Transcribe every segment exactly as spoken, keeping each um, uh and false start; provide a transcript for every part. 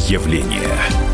явление.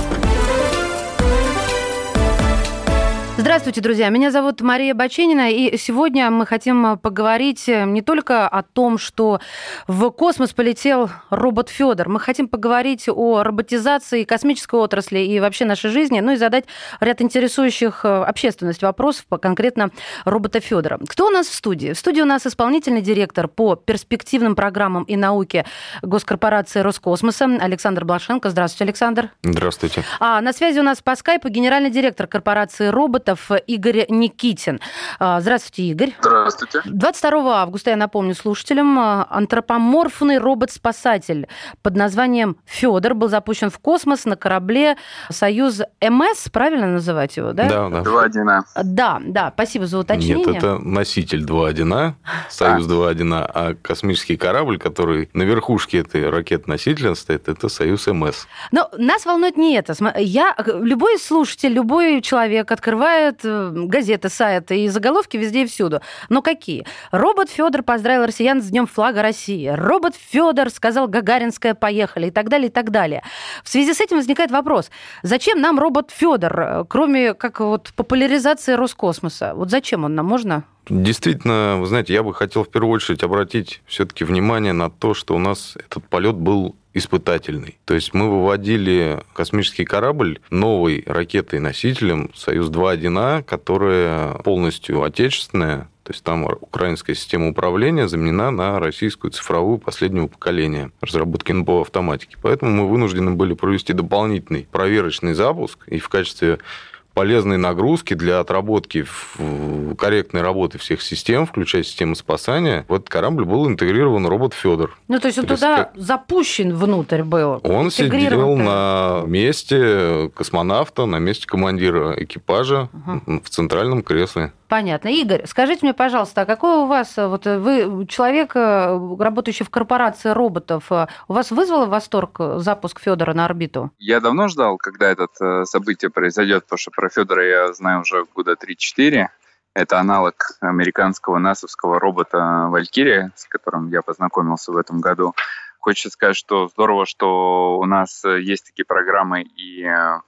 Здравствуйте, друзья. Меня зовут Мария Баченина, и сегодня мы хотим поговорить не только о том, что в космос полетел робот Фёдор. Мы хотим поговорить о роботизации космической отрасли и вообще нашей жизни, ну и задать ряд интересующих общественность вопросов по конкретно робота Фёдора. Кто у нас в студии? В студии у нас исполнительный директор по перспективным программам и науке госкорпорации Роскосмоса Александр Блашенко. Здравствуйте, Александр. Здравствуйте. А на связи у нас по скайпу генеральный директор корпорации роботов Игорь Никитин. Здравствуйте, Игорь. Здравствуйте. двадцать второго августа, я напомню слушателям, антропоморфный робот-спасатель под названием Фёдор был запущен в космос на корабле «Союз МС», правильно называть его, да? Да, да. два один А. Да, да, спасибо за уточнение. Нет, это носитель два один А, Союз два один А, а космический корабль, который на верхушке этой ракеты-носителя стоит, это Союз МС. Но нас волнует не это. Я, любой слушатель, любой человек открывает газеты, сайты и заголовки везде и всюду. Но какие? Робот Фёдор поздравил россиян с Днем флага России. Робот Фёдор сказал «Гагаринская, поехали» и так далее, и так далее. В связи с этим возникает вопрос. Зачем нам робот Фёдор, кроме как вот популяризации Роскосмоса? Вот зачем он нам? Можно? Действительно, вы знаете, я бы хотел в первую очередь обратить все-таки внимание на то, что у нас этот полет был испытательный. То есть мы выводили космический корабль новой ракетой-носителем «Союз два один А», которая полностью отечественная. То есть там украинская система управления заменена на российскую цифровую последнего поколения разработки эн пэ о автоматики. Поэтому мы вынуждены были провести дополнительный проверочный запуск и в качестве полезные нагрузки для отработки корректной работы всех систем, включая систему спасания, в этот корабль был интегрирован робот Фёдор. Ну, то есть он то туда есть, запущен внутрь был? Он сидел на месте космонавта, на месте командира экипажа, угу. в центральном кресле. Понятно. Игорь, скажите мне, пожалуйста, а какой у вас, вот вы человек, работающий в корпорации роботов, у вас вызвало восторг запуск Фёдора на орбиту? Я давно ждал, когда это событие произойдет, потому что про Фёдора я знаю уже года три-четыре. Это аналог американского насовского робота «Валькирия», с которым я познакомился в этом году. Хочется сказать, что здорово, что у нас есть такие программы, и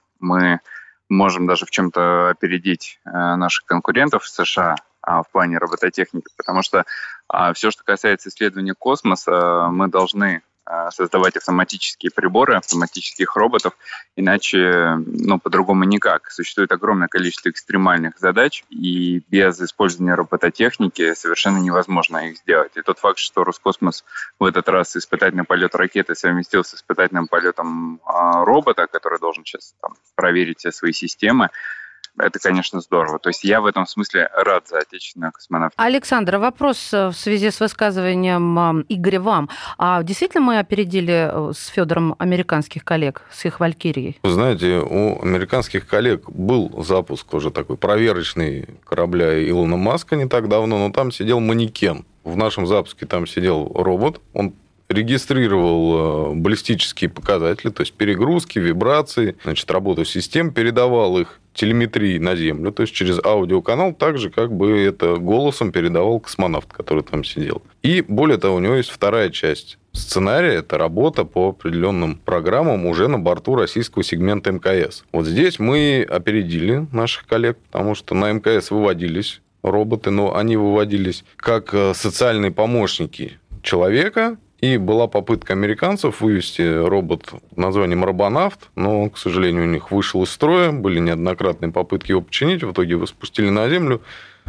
мы можем даже в чем-то опередить наших конкурентов в США в плане робототехники, потому что все, что касается исследования космоса, мы должны создавать автоматические приборы, автоматических роботов, иначе, ну, по-другому никак. Существует огромное количество экстремальных задач, и без использования робототехники совершенно невозможно их сделать. И тот факт, что Роскосмос в этот раз испытательный полет ракеты совместил с испытательным полетом робота, который должен сейчас там проверить все свои системы, это, конечно, здорово. То есть я в этом смысле рад за отечественную космонавтику. Александр, вопрос в связи с высказыванием Игоря вам. А действительно мы опередили с Фёдором американских коллег, с их «Валькирией»? Вы знаете, у американских коллег был запуск уже такой проверочный корабля Илона Маска не так давно, но там сидел манекен. В нашем запуске там сидел робот, он регистрировал баллистические показатели, то есть перегрузки, вибрации, значит, работу систем, передавал их телеметрии на Землю, то есть через аудиоканал, так же, как бы это голосом передавал космонавт, который там сидел. И, более того, у него есть вторая часть сценария, это работа по определенным программам уже на борту российского сегмента эм ка эс. Вот здесь мы опередили наших коллег, потому что на эм ка эс выводились роботы, но они выводились как социальные помощники человека. И была попытка американцев вывести робот под названием «Робонавт», но он, к сожалению, у них вышел из строя, были неоднократные попытки его починить, в итоге его спустили на Землю.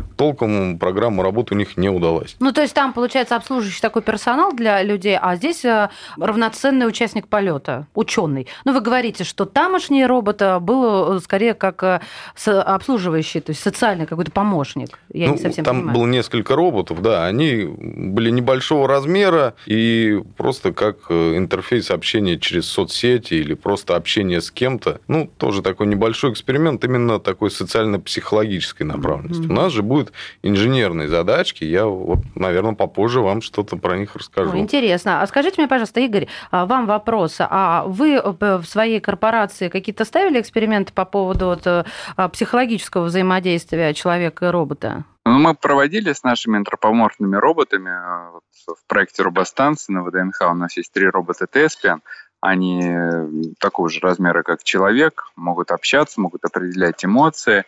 Толком программа работы у них не удалась. Ну, то есть там, получается, обслуживающий такой персонал для людей, а здесь равноценный участник полета, ученый. Ну, вы говорите, что тамошний робот был скорее как обслуживающий, то есть социальный какой-то помощник. Я ну, не совсем там понимаю. Было несколько роботов, да, они были небольшого размера и просто как интерфейс общения через соцсети или просто общение с кем-то. Ну, тоже такой небольшой эксперимент, именно такой социально-психологической направленности. Mm-hmm. У нас же будут инженерные задачки. Я, вот, наверное, попозже вам что-то про них расскажу. О, интересно. А скажите мне, пожалуйста, Игорь, вам вопрос. А вы в своей корпорации какие-то ставили эксперименты по поводу вот, психологического взаимодействия человека и робота? Ну, мы проводили с нашими антропоморфными роботами вот, в проекте робостанции на вэ дэ эн ха. У нас есть три робота Теспиан. Они такого же размера, как человек, могут общаться, могут определять эмоции.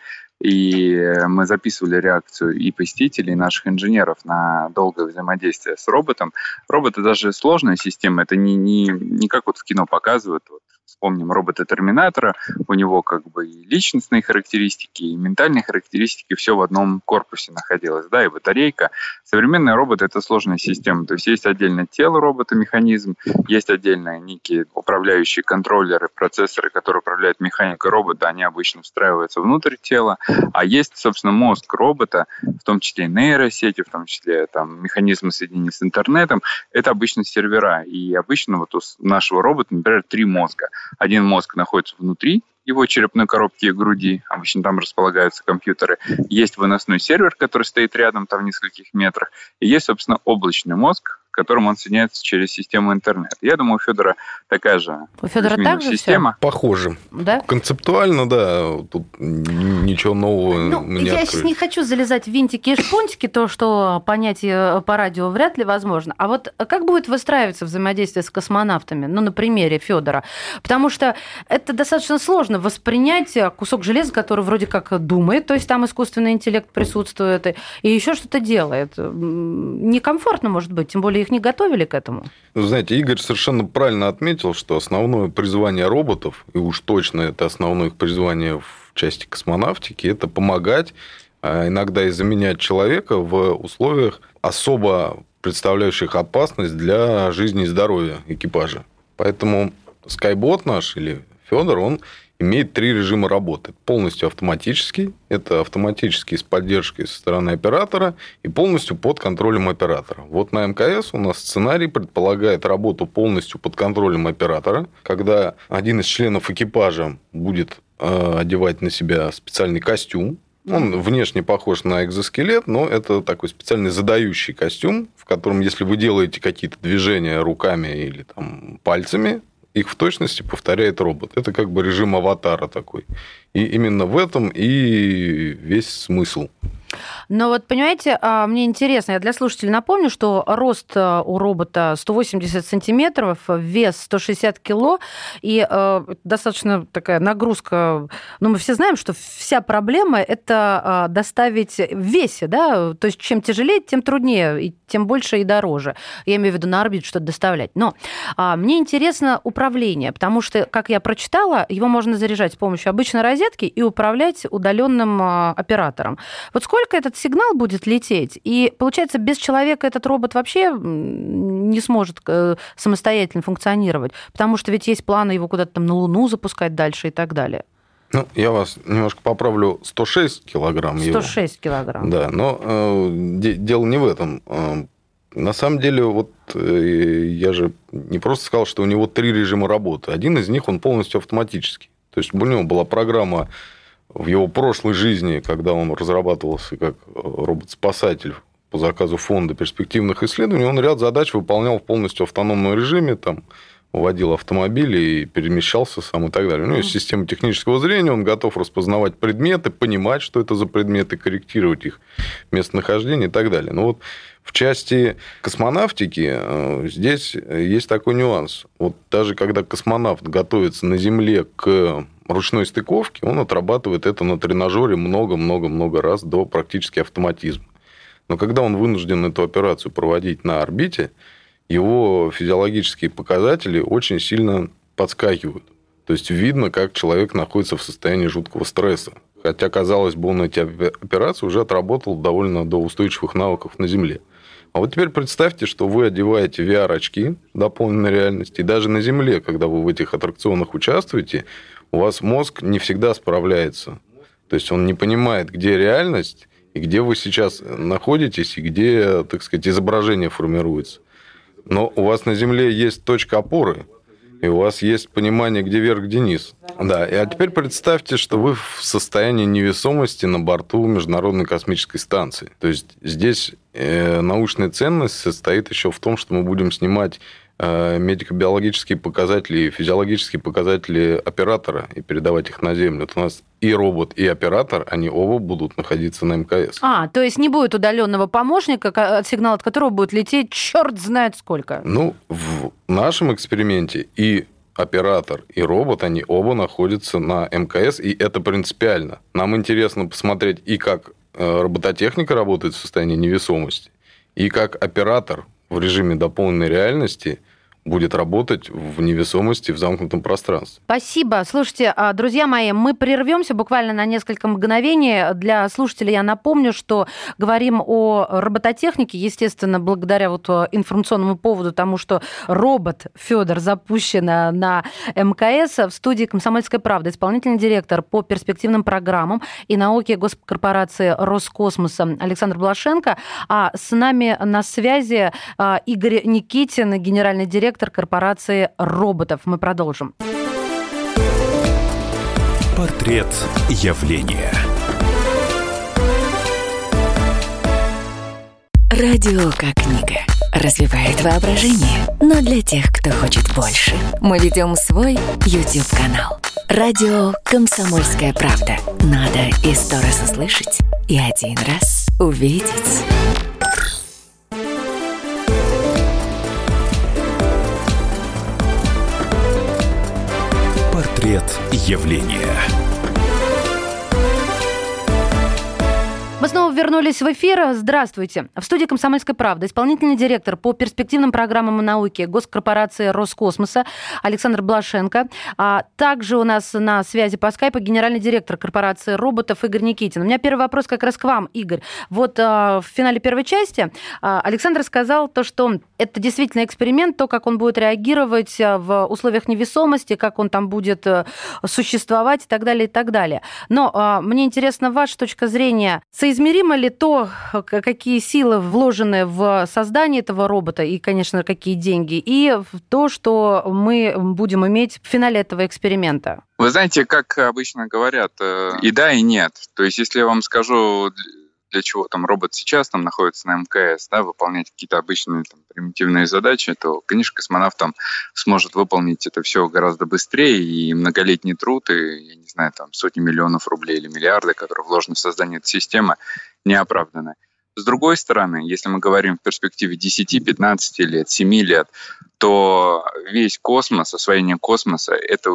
И мы записывали реакцию и посетителей, и наших инженеров на долгое взаимодействие с роботом. Робот — это даже сложная система, это не, не, не как вот в кино показывают. Вот, вспомним робота Терминатора, у него как бы и личностные характеристики, и ментальные характеристики, все в одном корпусе находилось, да, и батарейка. Современный робот — это сложная система, то есть есть отдельное тело робота, механизм, есть отдельно некие управляющие контроллеры, процессоры, которые управляют механикой робота, они обычно встраиваются внутрь тела, а есть, собственно, мозг робота, в том числе и нейросети, в том числе там, механизмы соединения с интернетом, это обычно сервера, и обычно вот у нашего робота, например, три мозга. Один мозг находится внутри его черепной коробки и груди, обычно там располагаются компьютеры. Есть выносной сервер, который стоит рядом, там в нескольких метрах. И есть, собственно, облачный мозг, к которому он соединяется через систему интернет. Я думаю, у Федора такая же у Федора также система. Все? Похоже. Да? Концептуально, да. Тут ничего нового ну, мы не Я открыли. сейчас не хочу залезать в винтики и шпунтики, то, что понять по радио вряд ли возможно. А вот как будет выстраиваться взаимодействие с космонавтами? Ну, на примере Федора. Потому что это достаточно сложно воспринять кусок железа, который вроде как думает, то есть там искусственный интеллект присутствует, и еще что-то делает. Некомфортно, может быть, тем более их не готовили к этому. Вы знаете, Игорь совершенно правильно отметил, что основное призвание роботов, и уж точно это основное их призвание в части космонавтики, это помогать, а иногда и заменять человека в условиях особо представляющих опасность для жизни и здоровья экипажа. Поэтому Скайбот наш, или Федор, он имеет три режима работы. Полностью автоматический, это автоматический с поддержкой со стороны оператора и полностью под контролем оператора. Вот на МКС у нас сценарий предполагает работу полностью под контролем оператора, когда один из членов экипажа будет одевать на себя специальный костюм. Он внешне похож на экзоскелет, но это такой специальный задающий костюм, в котором, если вы делаете какие-то движения руками или там, пальцами, их в точности повторяет робот. Это как бы режим аватара такой. И именно в этом и весь смысл. Но вот, понимаете, мне интересно, я для слушателей напомню, что рост у робота сто восемьдесят сантиметров, вес сто шестьдесят кило, и достаточно такая нагрузка. Ну, мы все знаем, что вся проблема – это доставить в весе, да, то есть чем тяжелее, тем труднее, и тем больше и дороже. Я имею в виду на орбиту что-то доставлять. Но мне интересно управление, потому что, как я прочитала, его можно заряжать с помощью обычной розетки и управлять удаленным оператором. Вот сколько этот сигнал будет лететь? И, получается, без человека этот робот вообще не сможет самостоятельно функционировать, потому что ведь есть планы его куда-то там на Луну запускать дальше и так далее. Ну, я вас немножко поправлю, сто шесть килограмм сто шесть его. килограмм. Да, но э, дело не в этом. На самом деле, вот я же не просто сказал, что у него три режима работы. Один из них, он полностью автоматический. То есть у него была программа в его прошлой жизни, когда он разрабатывался как робот-спасатель по заказу фонда перспективных исследований, он ряд задач выполнял в полностью автономном режиме, там, водил автомобили и перемещался сам и так далее. У него есть система технического зрения, он готов распознавать предметы, понимать, что это за предметы, корректировать их местонахождение и так далее. Но вот в части космонавтики здесь есть такой нюанс. Вот даже когда космонавт готовится на Земле к ручной стыковке, он отрабатывает это на тренажере много-много-много раз до практически автоматизма. Но когда он вынужден эту операцию проводить на орбите, его физиологические показатели очень сильно подскакивают. То есть видно, как человек находится в состоянии жуткого стресса. Хотя, казалось бы, он эти операции уже отработал довольно до устойчивых навыков на Земле. А вот теперь представьте, что вы одеваете ви ар-очки дополненной реальности, и даже на Земле, когда вы в этих аттракционах участвуете, у вас мозг не всегда справляется. То есть он не понимает, где реальность, и где вы сейчас находитесь, и где, так сказать, изображение формируется. Но у вас на Земле есть точка опоры, и у вас есть понимание, где вверх, где низ. Да, а теперь представьте, что вы в состоянии невесомости на борту Международной космической станции. То есть здесь научная ценность состоит еще в том, что мы будем снимать медико-биологические показатели и физиологические показатели оператора и передавать их на Землю. Это у нас и робот, и оператор, они оба будут находиться на МКС. А, то есть не будет удаленного помощника, сигнал от которого будет лететь черт знает сколько. Ну, в нашем эксперименте и оператор и робот, они оба находятся на эм ка эс, и это принципиально. Нам интересно посмотреть и как робототехника работает в состоянии невесомости, и как оператор в режиме дополненной реальности будет работать в невесомости в замкнутом пространстве. Спасибо. Слушайте, друзья мои, мы прервемся буквально на несколько мгновений. Для слушателей я напомню, что говорим о робототехнике, естественно, благодаря вот информационному поводу, тому, что робот Федор запущен на эм ка эс. В студии «Комсомольская правда» исполнительный директор по перспективным программам и науке госкорпорации Роскосмоса Александр Блашенко. А с нами на связи Игорь Никитин, генеральный директор корпорации роботов. Мы продолжим. Портрет явления. Радио как книга. Развивает воображение. Но для тех, кто хочет больше, мы ведем свой YouTube-канал. Радио «Комсомольская правда». Надо и сто раз услышать, и один раз увидеть. Портрет явления. Мы снова вернулись в эфир. Здравствуйте. В студии «Комсомольской правды» исполнительный директор по перспективным программам и науке госкорпорации Роскосмоса Александр Блашенко. А также у нас на связи по скайпу генеральный директор корпорации роботов Игорь Никитин. У меня первый вопрос как раз к вам, Игорь. Вот а, в финале первой части а, Александр сказал то, что это действительно эксперимент, то, как он будет реагировать в условиях невесомости, как он там будет существовать и так далее, и так далее. Но а, мне интересна ваша точка зрения. Соизмеримо ли то, какие силы вложены в создание этого робота, и, конечно, какие деньги, и то, что мы будем иметь в финале этого эксперимента? Вы знаете, как обычно говорят, и да, и нет. То есть, если я вам скажу, для чего там робот сейчас там находится на эм ка эс, да, выполнять какие-то обычные там, примитивные задачи, то, конечно, космонавт там сможет выполнить это все гораздо быстрее, и многолетний труд, и, я не знаю, там сотни миллионов рублей или миллиарды, которые вложены в создание этой системы, не оправданы. С другой стороны, если мы говорим в перспективе десять-пятнадцать лет, семь лет, то весь космос, освоение космоса –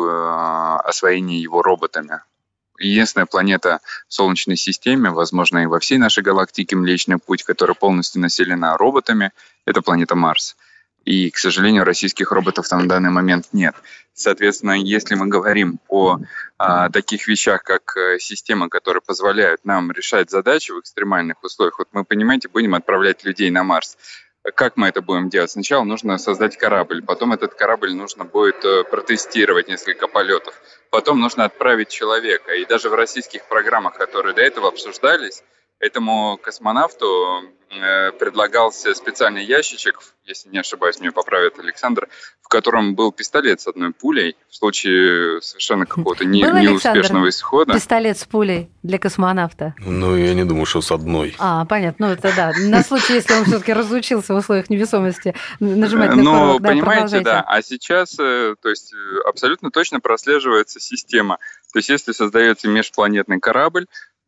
это освоение его роботами. Единственная планета в Солнечной системе, возможно, и во всей нашей галактике Млечный Путь, которая полностью населена роботами, это планета Марс. И, к сожалению, российских роботов там на данный момент нет. Соответственно, если мы говорим о а, таких вещах, как системы, которые позволяют нам решать задачи в экстремальных условиях, вот мы, понимаете, будем отправлять людей на Марс. Как мы это будем делать? Сначала нужно создать корабль, потом этот корабль нужно будет протестировать несколько полетов, потом нужно отправить человека. И даже в российских программах, которые до этого обсуждались, этому космонавту э, предлагался специальный ящичек, если не ошибаюсь, меня поправит Александр, в котором был пистолет с одной пулей в случае совершенно какого-то не, неуспешного исхода. Пистолет с пулей для космонавта? Ну, я не думаю, что с одной. А, понятно. Ну, это да. На случай, если он все-таки разучился в условиях невесомости нажимать на ну, курок. Да, понимаете, да. А сейчас, то есть, абсолютно точно прослеживается система. То есть, если создается межпланетный корабль,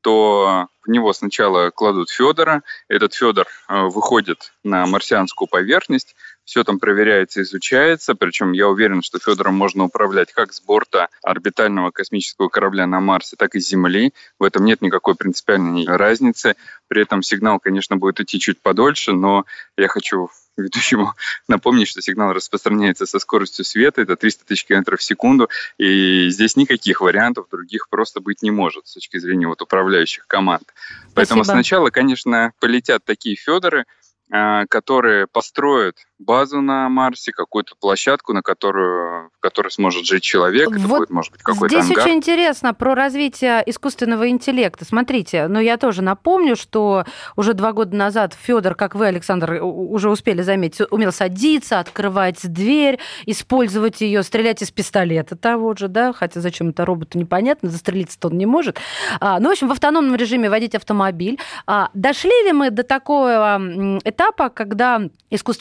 то в него сначала кладут Федора, этот Федор выходит на марсианскую поверхность, все там проверяется, изучается, причем я уверен, что Федором можно управлять как с борта орбитального космического корабля на Марсе, так и с Земли. В этом нет никакой принципиальной разницы. При этом сигнал, конечно, будет идти чуть подольше, но я хочу ведущему напомнить, что сигнал распространяется со скоростью света, это триста тысяч километров в секунду, и здесь никаких вариантов других просто быть не может с точки зрения вот управляющих команд. Спасибо. Поэтому сначала, конечно, полетят такие Федоры, которые построят базу на Марсе, какую-то площадку, на которую, в которой сможет жить человек. Это вот будет, может быть, какой-то здесь ангар. Очень интересно про развитие искусственного интеллекта. Смотрите, ну я тоже напомню, что уже два года назад Федор, как вы, Александр, уже успели заметить, умел садиться, открывать дверь, использовать ее, стрелять из пистолета того же, да, хотя зачем это роботу непонятно, застрелиться-то он не может. А, ну, в общем, в автономном режиме водить автомобиль. А, дошли ли мы до такого этапа, когда искусственный интеллект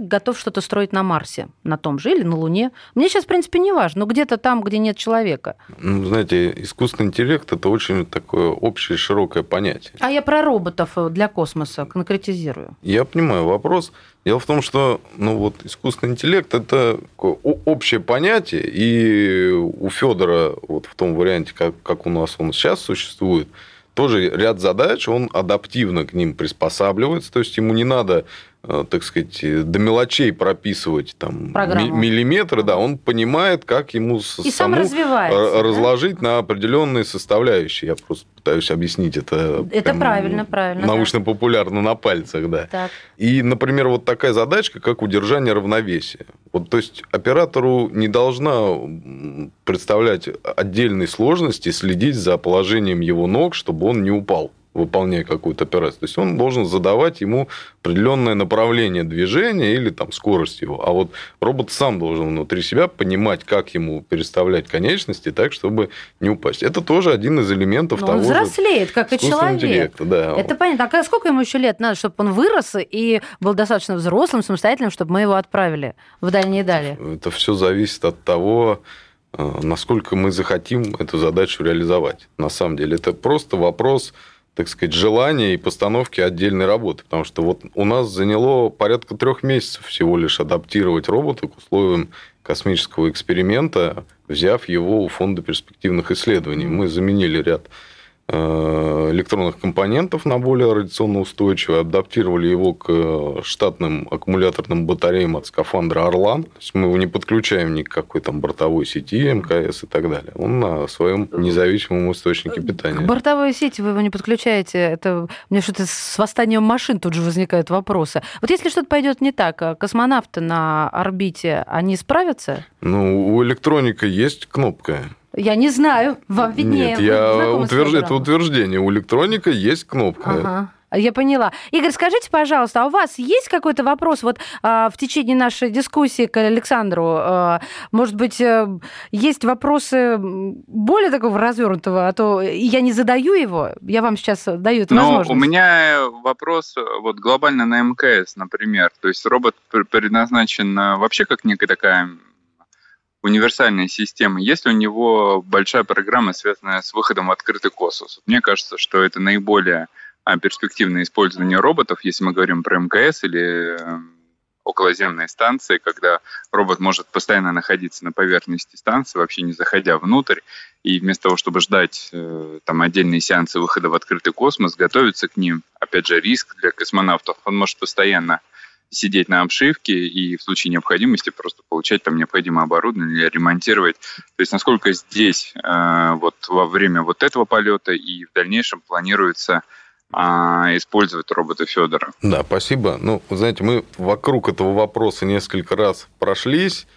человек готов что-то строить на Марсе, на том же или на Луне. Мне сейчас, в принципе, не важно, но где-то там, где нет человека. Ну, знаете, искусственный интеллект – это очень такое общее, широкое понятие. А я про роботов для космоса конкретизирую. Я понимаю вопрос. Дело в том, что ну, вот, искусственный интеллект – это общее понятие, и у Федора вот, в том варианте, как, как у нас он сейчас существует, тоже ряд задач, он адаптивно к ним приспосабливается, то есть ему не надо, так сказать, до мелочей прописывать там, миллиметры, да, он понимает, как ему и саму разложить, да? На определенные составляющие. Я просто пытаюсь объяснить это. Это прям, правильно, правильно. Научно-популярно на пальцах, да. Так. И, например, вот такая задачка, как удержание равновесия. Вот, то есть оператору не должна представлять отдельной сложности следить за положением его ног, чтобы он не упал, выполняя какую-то операцию. То есть он должен задавать ему определенное направление движения или там, скорость его. А вот робот сам должен внутри себя понимать, как ему переставлять конечности так, чтобы не упасть. Это тоже один из элементов Но того он взрослеет, же как и человек. Да. Это понятно. А сколько ему еще лет надо, чтобы он вырос и был достаточно взрослым, самостоятельным, чтобы мы его отправили в дальние дали? Это все зависит от того, насколько мы захотим эту задачу реализовать. На самом деле это просто вопрос, так сказать, желания и постановки отдельной работы. Потому что вот у нас заняло порядка трех месяцев всего лишь адаптировать робота к условиям космического эксперимента, взяв его у Фонда перспективных исследований. Мы заменили ряд электронных компонентов на более радиационно устойчивые, адаптировали его к штатным аккумуляторным батареям от скафандра «Орлан». То есть мы его не подключаем ни к какой там бортовой сети, МКС и так далее. Он на своем независимом источнике питания. К бортовой сети вы его не подключаете. Это мне что-то с восстанием машин тут же возникают вопросы. Вот если что-то пойдет не так, космонавты на орбите, они справятся? Ну, у электроника есть кнопка. Я не знаю, вам виднее. Нет, я утвержд... это утверждение. У электроника есть кнопка. Ага. Я поняла. Игорь, скажите, пожалуйста, а у вас есть какой-то вопрос вот а, в течение нашей дискуссии к Александру? А, может быть, есть вопросы более такого развернутого, а то я не задаю его, я вам сейчас даю эту Но возможность. У меня вопрос вот глобально на МКС, например. То есть робот предназначен вообще как некая такая универсальная система, есть ли у него большая программа, связанная с выходом в открытый космос? Мне кажется, что это наиболее перспективное использование роботов, если мы говорим про МКС или околоземные станции, когда робот может постоянно находиться на поверхности станции, вообще не заходя внутрь, и вместо того, чтобы ждать там, отдельные сеансы выхода в открытый космос, готовиться к ним. Опять же, риск для космонавтов. Он может постоянно сидеть на обшивке и в случае необходимости просто получать там необходимое оборудование или ремонтировать. То есть насколько здесь э, вот во время вот этого полета и в дальнейшем планируется э, использовать робота Федора? Да, спасибо. Ну, вы знаете, мы вокруг этого вопроса несколько раз прошлись,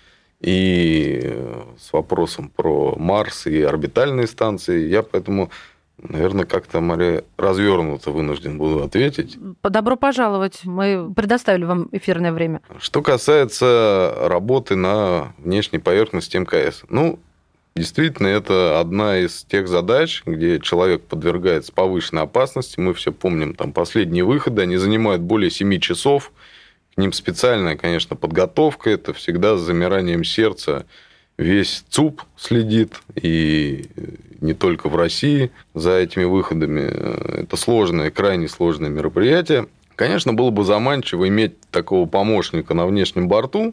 и с вопросом про Марс и орбитальные станции. Я поэтому... Наверное, как-то, Мария, развернуто вынужден буду ответить. Добро пожаловать. Мы предоставили вам эфирное время. Что касается работы на внешней поверхности МКС. Ну, действительно, это одна из тех задач, где человек подвергается повышенной опасности. Мы все помним, там последние выходы, они занимают более семи часов. К ним специальная, конечно, подготовка. Это всегда с замиранием сердца. Весь ЦУП следит, и не только в России, за этими выходами. Это сложное, крайне сложное мероприятие. Конечно, было бы заманчиво иметь такого помощника на внешнем борту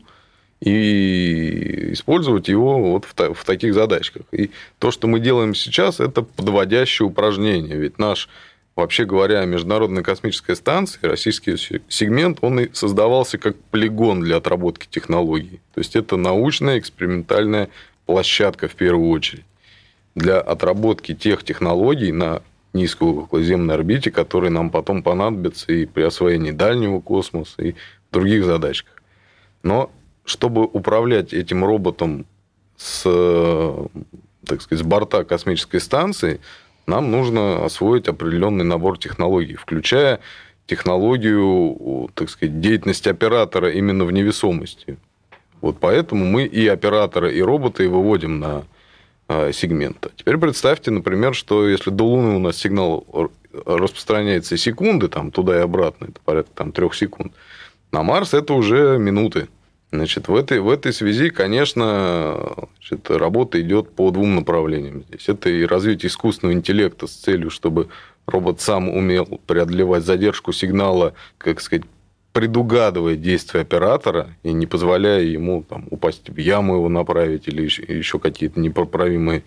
и использовать его вот в таких задачках. И то, что мы делаем сейчас, это подводящее упражнение. Ведь наш, вообще говоря, Международная космическая станция, российский сегмент, он и создавался как полигон для отработки технологий. То есть это научная экспериментальная площадка в первую очередь для отработки тех технологий на низкой околоземной орбите, которые нам потом понадобятся и при освоении дальнего космоса, и в других задачках. Но чтобы управлять этим роботом с, так сказать, с борта космической станции, нам нужно освоить определенный набор технологий, включая технологию, так сказать, деятельности оператора именно в невесомости. Вот поэтому мы и оператора, и робота и выводим на сегмент. Теперь представьте, например, что если до Луны у нас сигнал распространяется секунды, там, туда и обратно, это порядка там, трех секунд, На Марс это уже минуты. Значит, в этой, в этой связи, конечно, значит, работа идет по двум направлениям здесь. Это и развитие искусственного интеллекта с целью, чтобы робот сам умел преодолевать задержку сигнала, как сказать, предугадывая действия оператора и не позволяя ему там, упасть в яму, его направить или еще, еще какие-то непоправимые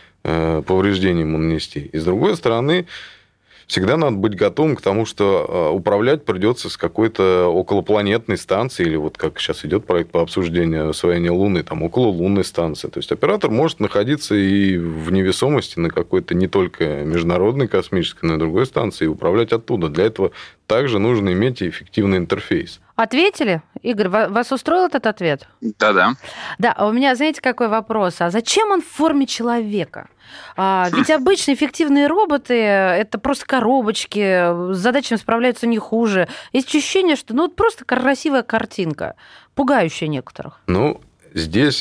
э, повреждения ему нанести. И с другой стороны, всегда надо быть готовым к тому, что управлять придется с какой-то околопланетной станции, или вот как сейчас идет проект по обсуждению освоения Луны, там окололунной станции. То есть оператор может находиться и в невесомости на какой-то не только международной космической, но и другой станции, и управлять оттуда. Для этого также нужно иметь эффективный интерфейс. Ответили? Игорь, вас устроил этот ответ? Да-да. Да, а у меня, знаете, какой вопрос? А зачем он в форме человека? А, ведь обычные эффективные роботы – это просто коробочки, с задачами справляются не хуже. Есть ощущение, что ну, просто красивая картинка, пугающая некоторых. Ну, здесь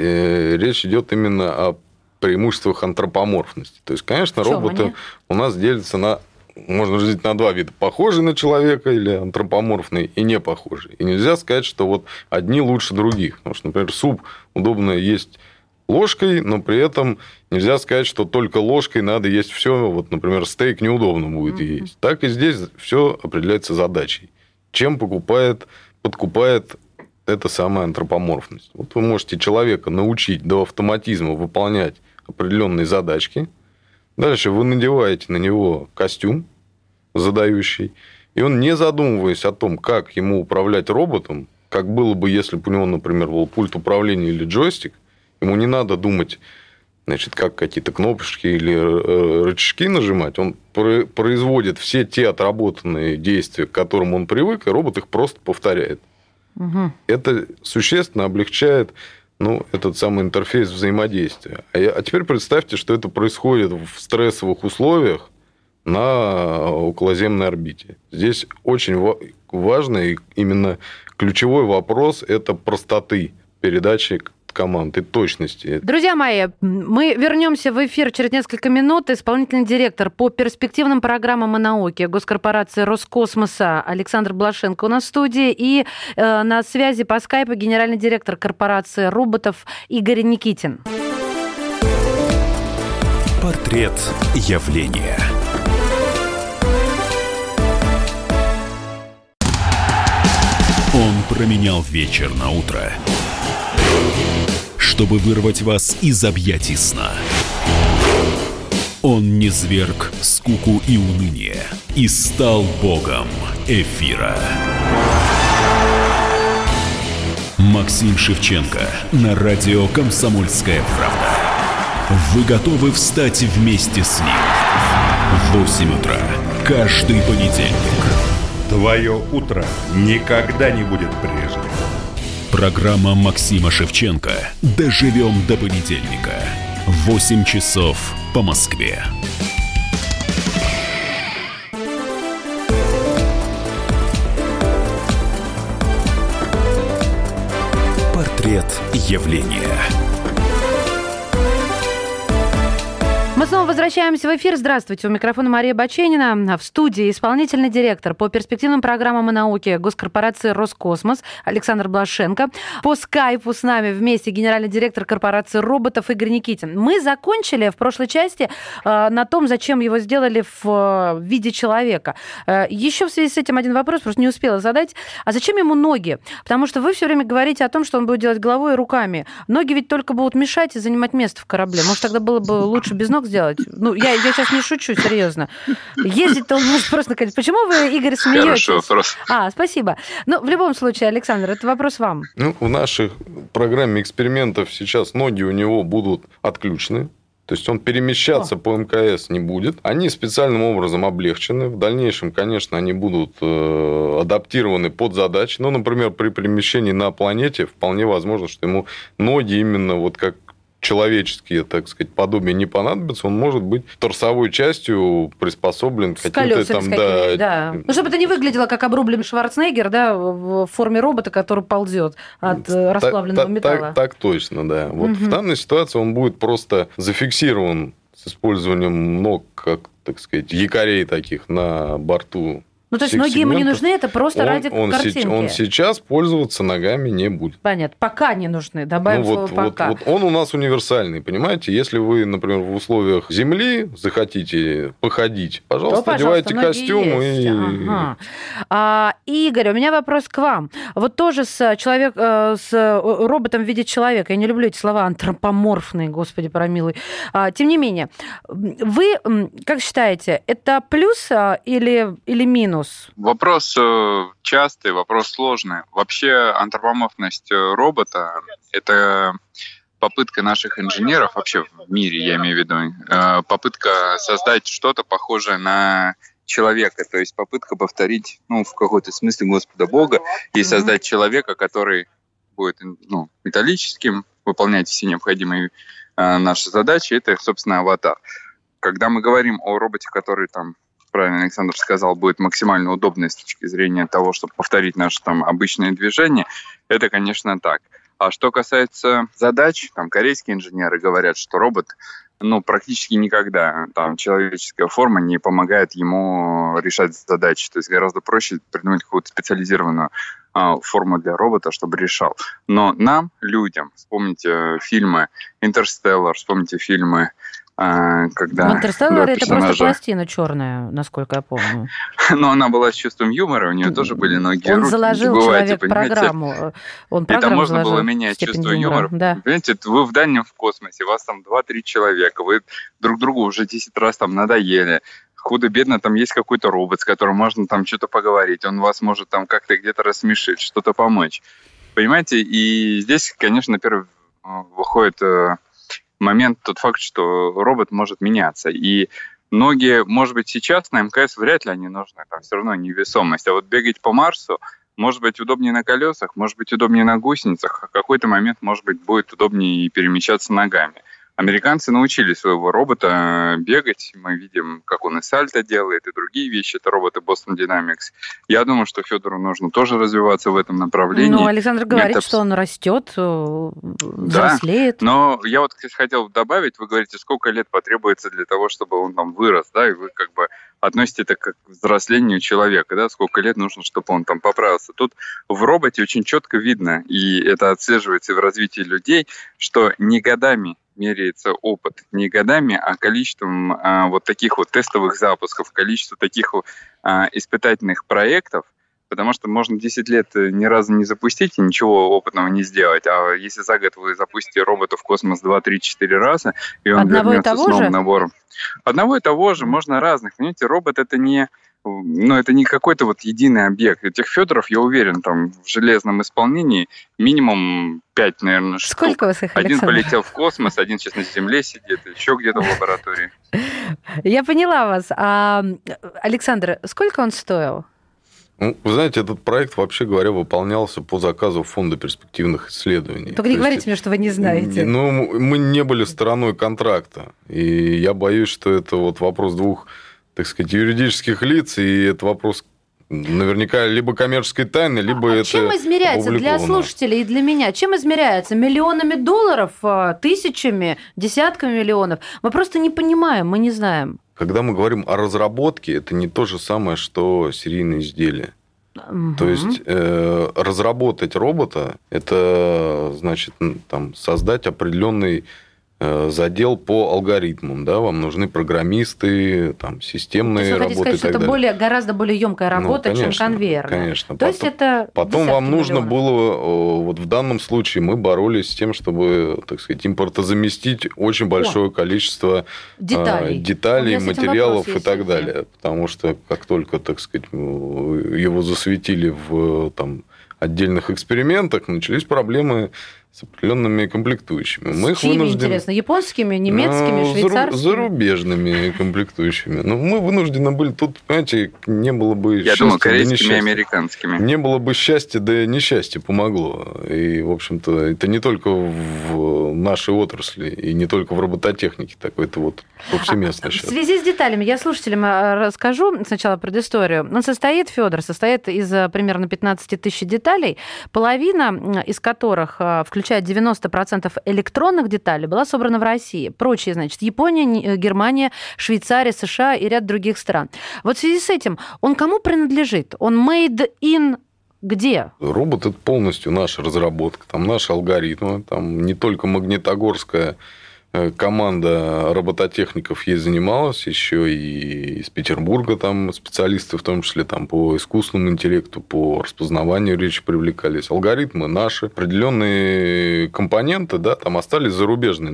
э, речь идет именно о преимуществах антропоморфности. То есть, конечно, роботы у нас делятся на... Можно разделить на два вида. Похожий на человека или антропоморфный и не похожий. И нельзя сказать, что вот одни лучше других. Потому что, например, суп удобно есть ложкой, но при этом нельзя сказать, что только ложкой надо есть все. Вот, например, стейк неудобно будет mm-hmm. есть. Так и здесь все определяется задачей. Чем покупает, подкупает эта самая антропоморфность. Вот вы можете человека научить до автоматизма выполнять определенные задачки. Дальше вы надеваете на него костюм задающий, и он, не задумываясь о том, как ему управлять роботом, как было бы, если бы у него, например, был пульт управления или джойстик, ему не надо думать, значит, как какие-то кнопочки или рычажки нажимать, он производит все те отработанные действия, к которым он привык, и робот их просто повторяет. Угу. Это существенно облегчает ну, этот самый интерфейс взаимодействия. А, я, а теперь представьте, что это происходит в стрессовых условиях на околоземной орбите. Здесь очень ва- важный именно ключевой вопрос – это простоты передачи команд и точности. Друзья мои, мы вернемся в эфир через несколько минут. Исполнительный директор по перспективным программам и науке госкорпорации Роскосмоса Александр Блашенко у нас в студии. И э, на связи по скайпу генеральный директор корпорации роботов Игорь Никитин. Портрет явления. Он променял вечер на утро, чтобы вырвать вас из объятий сна. Он низвергг скуку и уныние и стал богом эфира. Максим Шевченко на радио «Комсомольская правда». Вы готовы встать вместе с ним? В восемь утра каждый понедельник. Твое утро никогда не будет прежним. Программа Максима Шевченко «Доживем до понедельника». восемь часов по Москве. Портрет явления. Мы снова возвращаемся в эфир. Здравствуйте. У микрофона Мария Баченина. В студии исполнительный директор по перспективным программам и науке госкорпорации Роскосмос Александр Блашенко. По скайпу с нами вместе генеральный директор корпорации роботов Игорь Никитин. Мы закончили в прошлой части э, на том, зачем его сделали в э, виде человека. Э, еще в связи с этим один вопрос, просто не успела задать. А зачем ему ноги? Потому что вы все время говорите о том, что он будет делать головой и руками. Ноги ведь только будут мешать и занимать место в корабле. Может, тогда было бы лучше без ног сделать? Ну, я, я сейчас не шучу, серьезно. Ездить-то он может просто сказать. Почему вы, Игорь, смеетесь? Хороший вопрос. А, спасибо. Ну, в любом случае, Александр, это вопрос вам. Ну, в нашей программе экспериментов сейчас ноги у него будут отключены. То есть он перемещаться О. по МКС не будет. Они специальным образом облегчены. В дальнейшем, конечно, они будут э, адаптированы под задачи. Ну, например, при перемещении на планете вполне возможно, что ему ноги именно вот как человеческие, так сказать, подобие не понадобится, он может быть торсовой частью приспособлен к каким-то там... Да, да. Ну, чтобы это не выглядело как обрубленный Шварценеггер, да, в форме робота, который ползет от расплавленного так, металла. Так, так точно, да. Вот угу. В данной ситуации он будет просто зафиксирован с использованием ног, как, так сказать, якорей таких на борту Ну, то есть ноги ему не нужны, это просто он, ради он картинки. Се- он сейчас пользоваться ногами не будет. Понятно. Пока не нужны. Добавим ну, слово вот, «пока». Вот, вот он у нас универсальный, понимаете? Если вы, например, в условиях земли захотите походить, пожалуйста, То, пожалуйста, одевайте костюм есть. и... Ага. А, Игорь, у меня вопрос к вам. Вот тоже с, человек, с роботом в виде человека. Я не люблю эти слова антропоморфные, господи, помилуй. А, тем не менее, вы как считаете, это плюс или, или минус? Вопрос частый, вопрос сложный. Вообще антропоморфность робота – это попытка наших инженеров, вообще в мире, я имею в виду, попытка создать что-то похожее на человека, то есть попытка повторить, ну, в какой-то смысле Господа Бога и создать человека, который будет, ну, металлическим, выполнять все необходимые наши задачи. Это, собственно, аватар. Когда мы говорим о роботе, который там, правильно Александр сказал, будет максимально удобный с точки зрения того, чтобы повторить наши там обычные движения, это, конечно, так. А что касается задач, там корейские инженеры говорят, что робот, ну, практически никогда там человеческая форма не помогает ему решать задачи. То есть гораздо проще придумать какую-то специализированную а, форму для робота, чтобы решал. Но нам, людям, вспомните фильмы «Интерстеллар», вспомните фильмы когда... В «Интерстелларе» это просто пластина черная, насколько я помню. Но она была с чувством юмора, у нее тоже были ноги и руки. Он заложил бываете, человек программу. Он это можно было менять чувство юмора. Да. Понимаете, вы в дальнем в космосе, вас там два-три человека, вы друг другу уже десять раз там надоели. Худо-бедно там есть какой-то робот, с которым можно там что-то поговорить. Он вас может там как-то где-то рассмешить, что-то помочь. Понимаете, и здесь, конечно, на первый выходит... момент тот факт, что робот может меняться. И ноги, может быть, сейчас на МКС вряд ли они нужны, там все равно невесомость. А вот бегать по Марсу, может быть, удобнее на колесах, может быть, удобнее на гусеницах, а в какой-то момент, может быть, будет удобнее перемещаться ногами. Американцы научили своего робота бегать. Мы видим, как он и сальто делает, и другие вещи. Это роботы Boston Dynamics. Я думаю, что Федору нужно тоже развиваться в этом направлении. Ну, Александр говорит, это... что он растет, взрослеет. Да, но я вот, кстати, хотел добавить, вы говорите, сколько лет потребуется для того, чтобы он там вырос, да, и вы как бы относите это к взрослению человека, да, сколько лет нужно, чтобы он там поправился. Тут в роботе очень четко видно, и это отслеживается и в развитии людей, что не годами меряется опыт, не годами, а количеством а, вот таких вот тестовых запусков, количество таких вот а, испытательных проектов, потому что можно десять лет ни разу не запустить и ничего опытного не сделать, а если за год вы запустите робота в космос два, три, четыре раза, и он Одного вернется и того с новым же? набором. Одного и того же, можно разных. Понимаете, робот — это не... Ну, это не какой-то вот единый объект. Этих Федоров, я уверен, там в железном исполнении минимум пять, наверное, штук. Сколько у вас их, Один Александр? полетел в космос, один сейчас на Земле сидит, еще где-то в лаборатории. Я поняла вас. А, Александр, сколько он стоил? Ну, вы знаете, этот проект, вообще говоря, выполнялся по заказу Фонда перспективных исследований. Только не То говорите есть, мне, что вы не знаете. Ну, мы не были стороной контракта. И я боюсь, что это вот вопрос двух, так сказать, юридических лиц, и это вопрос наверняка либо коммерческой тайны, либо а это чем измеряется для слушателей и для меня? Чем измеряется? Миллионами долларов, тысячами, десятками миллионов? Мы просто не понимаем, мы не знаем. Когда мы говорим о разработке, это не то же самое, что серийное изделие. Угу. То есть э, разработать робота – это значит там, создать определенный задел по алгоритмам, да, вам нужны программисты, там, системные работы. Вы хотите сказать, и так что это далее. более, гораздо более емкая работа, ну, конечно, чем конвейер. Конечно. То потом, есть это потом вам нужно миллионов. было, вот в данном случае мы боролись с тем, чтобы, так сказать, импортозаместить очень большое О, количество деталей, деталей материалов и так далее. Потому что как только, так сказать, его засветили в там, отдельных экспериментах, начались проблемы с определенными комплектующими. С мы их чьими, вынуждены... интересно? Японскими, немецкими, ну, швейцарскими? Зарубежными комплектующими. Но мы вынуждены были... Тут, понимаете, не было бы Я счастья, думаю, корейскими да и американскими. Не было бы счастья, да несчастье помогло. И, в общем-то, это не только в нашей отрасли, и не только в робототехнике. Такой это вот повсеместно сейчас. В связи с деталями я слушателям расскажу сначала предысторию. Он состоит, Федор, состоит из примерно пятнадцать тысяч деталей, половина из которых, включая включая девяносто процентов электронных деталей, была собрана в России. Прочие, значит, Япония, Германия, Швейцария, США и ряд других стран. Вот в связи с этим, он кому принадлежит? Он made in где? Робот – это полностью наша разработка, там наши алгоритмы, там не только магнитогорская команда робототехников ей занималась, еще и из Петербурга там специалисты, в том числе там, по искусственному интеллекту, по распознаванию речи привлекались. Алгоритмы наши, определенные компоненты, да, там остались зарубежные,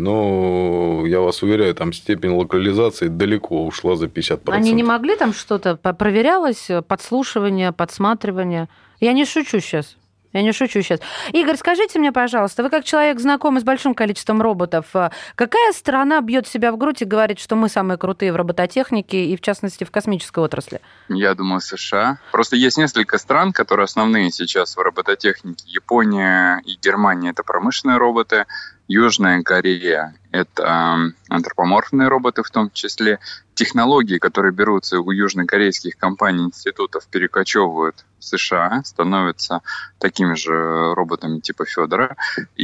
но я вас уверяю, там степень локализации далеко ушла за пятьдесят процентов. Они не могли там что-то проверялось, подслушивание, подсматривание? Я не шучу сейчас. Я не шучу сейчас. Игорь, скажите мне, пожалуйста, вы как человек, знакомый с большим количеством роботов, какая страна бьет себя в грудь и говорит, что мы самые крутые в робототехнике и, в частности, в космической отрасли? Я думаю, США. Просто есть несколько стран, которые основные сейчас в робототехнике. Япония и Германия – это промышленные роботы. Южная Корея – это антропоморфные роботы в том числе. Технологии, которые берутся у южнокорейских компаний, институтов, перекочевывают в США, становятся такими же роботами типа Федора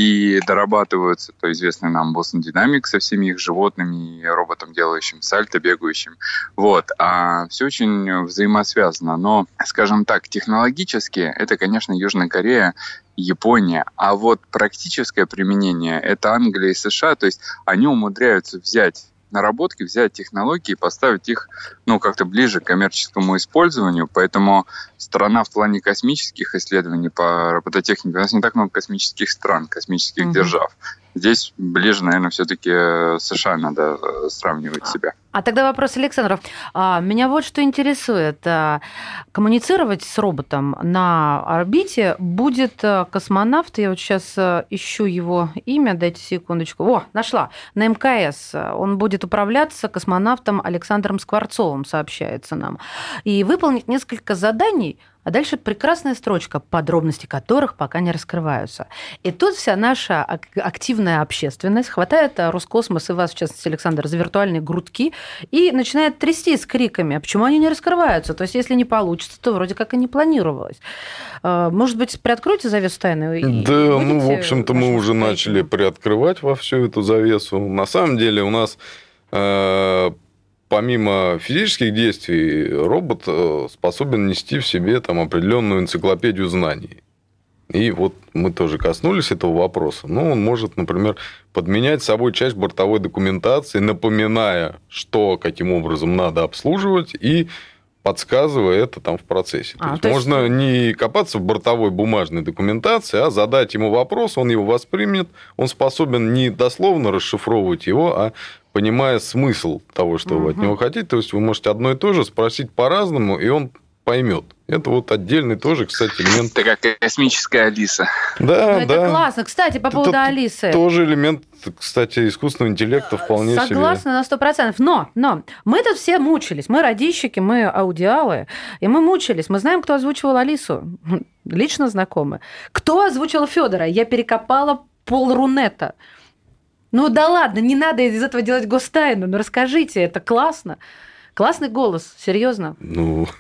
и дорабатываются, то известный нам Boston Dynamics со всеми их животными и роботом, делающим сальто, бегающим. Вот. А все очень взаимосвязано. Но, скажем так, технологически это, конечно, Южная Корея, Япония. А вот практическое применение – это Англия и США. То есть они умудряются взять наработки, взять технологии и поставить их, ну, как-то ближе к коммерческому использованию. Поэтому страна в плане космических исследований по робототехнике, у нас не так много космических стран, космических mm-hmm. держав. Здесь ближе, наверное, все-таки США надо сравнивать себя. А тогда вопрос Александров. Меня вот что интересует. Коммуницировать с роботом на орбите будет космонавт, я вот сейчас ищу его имя, дайте секундочку. О, нашла. На эм ка эс. Он будет управляться космонавтом Александром Скворцовым, сообщается нам. И выполнить несколько заданий, а дальше прекрасная строчка, подробности которых пока не раскрываются. И тут вся наша активная общественность хватает Роскосмос и вас, в частности, Александр, за виртуальные грудки и начинает трясти с криками, а почему они не раскрываются? То есть, если не получится, то вроде как и не планировалось. Может быть, приоткройте завесу тайны? Да, ну, в общем-то, мы уже начали приоткрывать во всю эту завесу. На самом деле у нас... Помимо физических действий, робот способен нести в себе там определенную энциклопедию знаний. И вот мы тоже коснулись этого вопроса. Ну, он может, например, подменять собой часть бортовой документации, напоминая, что, каким образом надо обслуживать, и подсказывая это там в процессе. А, то есть, то есть можно не копаться в бортовой бумажной документации, а задать ему вопрос, он его воспримет, он способен не дословно расшифровывать его, а понимая смысл того, что угу. вы от него хотите. То есть вы можете одно и то же спросить по-разному, и он поймет. Это вот отдельный тоже, кстати, элемент. Это как космическая Алиса. Да, ну, да. Это классно. Кстати, по поводу это Алисы. Тоже элемент, кстати, искусственного интеллекта вполне Согласна себе. Согласна на сто процентов. Но, но мы тут все мучились. Мы радищики, мы аудиалы. И мы мучились. Мы знаем, кто озвучивал Алису. Лично знакомы. Кто озвучивал Федора? Я перекопала полрунета. Ну да ладно, не надо из этого делать гостайну. Ну расскажите, это классно. Классный голос, серьезно. Ну.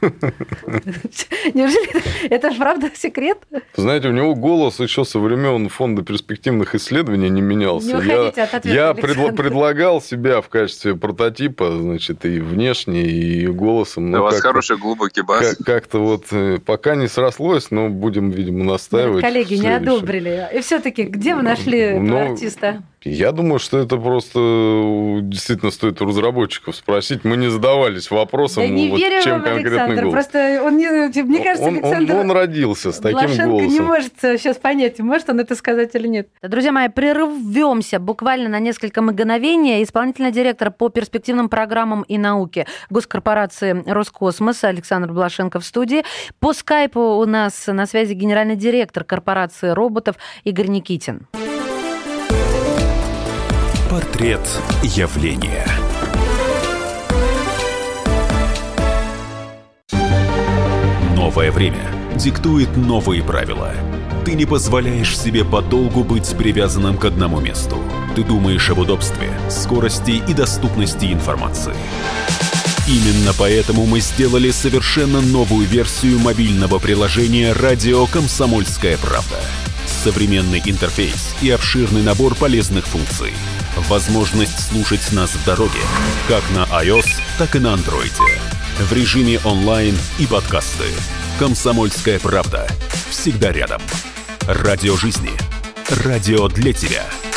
Неужели это правда секрет? Знаете, у него голос еще со времен фонда перспективных исследований не менялся. Не уходите я от ответа, я Александр. предлагал себя в качестве прототипа, значит, и внешне, и голосом. Да, у вас хороший глубокий бас. Как- как-то вот пока не срослось, но будем, видимо, настаивать. Коллеги не одобрили. И все-таки где вы нашли Ну, этого артиста? Я думаю, что это просто действительно стоит у разработчиков спросить. Мы не задавались вопросом, Да не вот, верю чем вам, конкретный Александр. голос. Просто он не, мне кажется, он, Александр он, он родился с таким Блошенко голосом. не может сейчас понять, может он это сказать или нет. Друзья мои, прервемся буквально на несколько мгновений. Исполнительный директор по перспективным программам и науке госкорпорации Роскосмос Александр Блошенко в студии. По скайпу у нас на связи генеральный директор корпорации роботов Игорь Никитин. Портрет явления. Новое время диктует новые правила. Ты не позволяешь себе подолгу быть привязанным к одному месту. Ты думаешь об удобстве, скорости и доступности информации. Именно поэтому мы сделали совершенно новую версию мобильного приложения «Радио Комсомольская правда». современный интерфейс и обширный набор полезных функций. Возможность слушать нас в дороге, как на iOS, так и на Android. В режиме онлайн и подкасты. «Комсомольская правда». Всегда рядом. Радио жизни. Радио для тебя.